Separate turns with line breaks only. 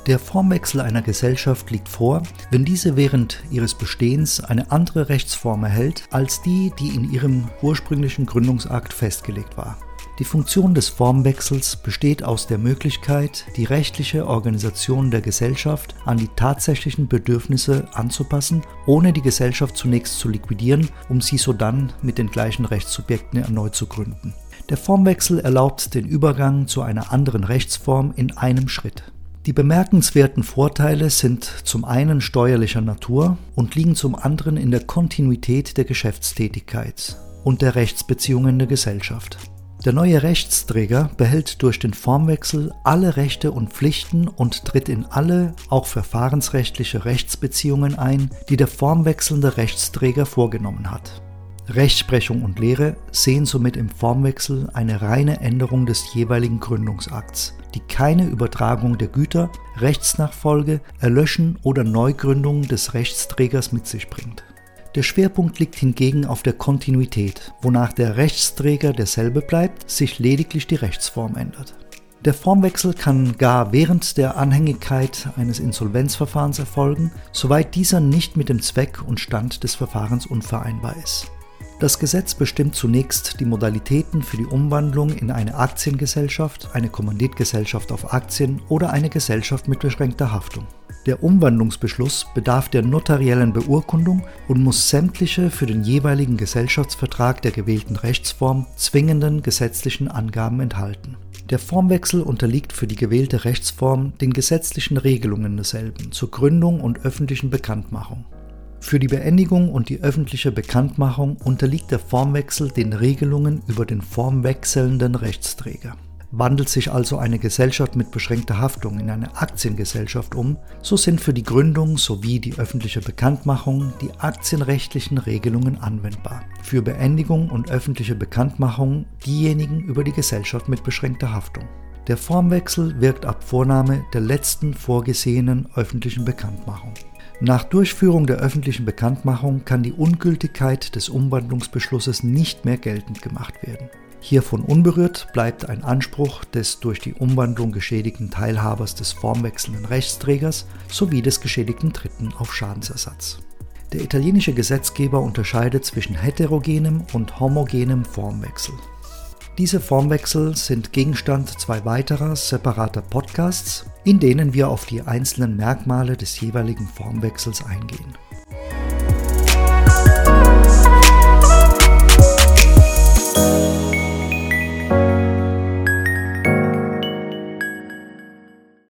Der Formwechsel einer Gesellschaft liegt vor, wenn diese während ihres Bestehens eine andere Rechtsform erhält als die, die in ihrem ursprünglichen Gründungsakt festgelegt war. Die Funktion des Formwechsels besteht aus der Möglichkeit, die rechtliche Organisation der Gesellschaft an die tatsächlichen Bedürfnisse anzupassen, ohne die Gesellschaft zunächst zu liquidieren, um sie sodann mit den gleichen Rechtssubjekten erneut zu gründen. Der Formwechsel erlaubt den Übergang zu einer anderen Rechtsform in einem Schritt. Die bemerkenswerten Vorteile sind zum einen steuerlicher Natur und liegen zum anderen in der Kontinuität der Geschäftstätigkeit und der Rechtsbeziehungen der Gesellschaft. Der neue Rechtsträger behält durch den Formwechsel alle Rechte und Pflichten und tritt in alle, auch verfahrensrechtliche Rechtsbeziehungen ein, die der formwechselnde Rechtsträger vorgenommen hat. Rechtsprechung und Lehre sehen somit im Formwechsel eine reine Änderung des jeweiligen Gründungsakts, die keine Übertragung der Güter, Rechtsnachfolge, Erlöschen oder Neugründung des Rechtsträgers mit sich bringt. Der Schwerpunkt liegt hingegen auf der Kontinuität, wonach der Rechtsträger derselbe bleibt, sich lediglich die Rechtsform ändert. Der Formwechsel kann gar während der Anhängigkeit eines Insolvenzverfahrens erfolgen, soweit dieser nicht mit dem Zweck und Stand des Verfahrens unvereinbar ist. Das Gesetz bestimmt zunächst die Modalitäten für die Umwandlung in eine Aktiengesellschaft, eine Kommanditgesellschaft auf Aktien oder eine Gesellschaft mit beschränkter Haftung. Der Umwandlungsbeschluss bedarf der notariellen Beurkundung und muss sämtliche für den jeweiligen Gesellschaftsvertrag der gewählten Rechtsform zwingenden gesetzlichen Angaben enthalten. Der Formwechsel unterliegt für die gewählte Rechtsform den gesetzlichen Regelungen desselben zur Gründung und öffentlichen Bekanntmachung. Für die Beendigung und die öffentliche Bekanntmachung unterliegt der Formwechsel den Regelungen über den formwechselnden Rechtsträger. Wandelt sich also eine Gesellschaft mit beschränkter Haftung in eine Aktiengesellschaft um, so sind für die Gründung sowie die öffentliche Bekanntmachung die aktienrechtlichen Regelungen anwendbar. Für Beendigung und öffentliche Bekanntmachung diejenigen über die Gesellschaft mit beschränkter Haftung. Der Formwechsel wirkt ab Vornahme der letzten vorgesehenen öffentlichen Bekanntmachung. Nach Durchführung der öffentlichen Bekanntmachung kann die Ungültigkeit des Umwandlungsbeschlusses nicht mehr geltend gemacht werden. Hiervon unberührt bleibt ein Anspruch des durch die Umwandlung geschädigten Teilhabers des formwechselnden Rechtsträgers sowie des geschädigten Dritten auf Schadensersatz. Der italienische Gesetzgeber unterscheidet zwischen heterogenem und homogenem Formwechsel. Diese Formwechsel sind Gegenstand zwei weiterer separater Podcasts, in denen wir auf die einzelnen Merkmale des jeweiligen Formwechsels eingehen.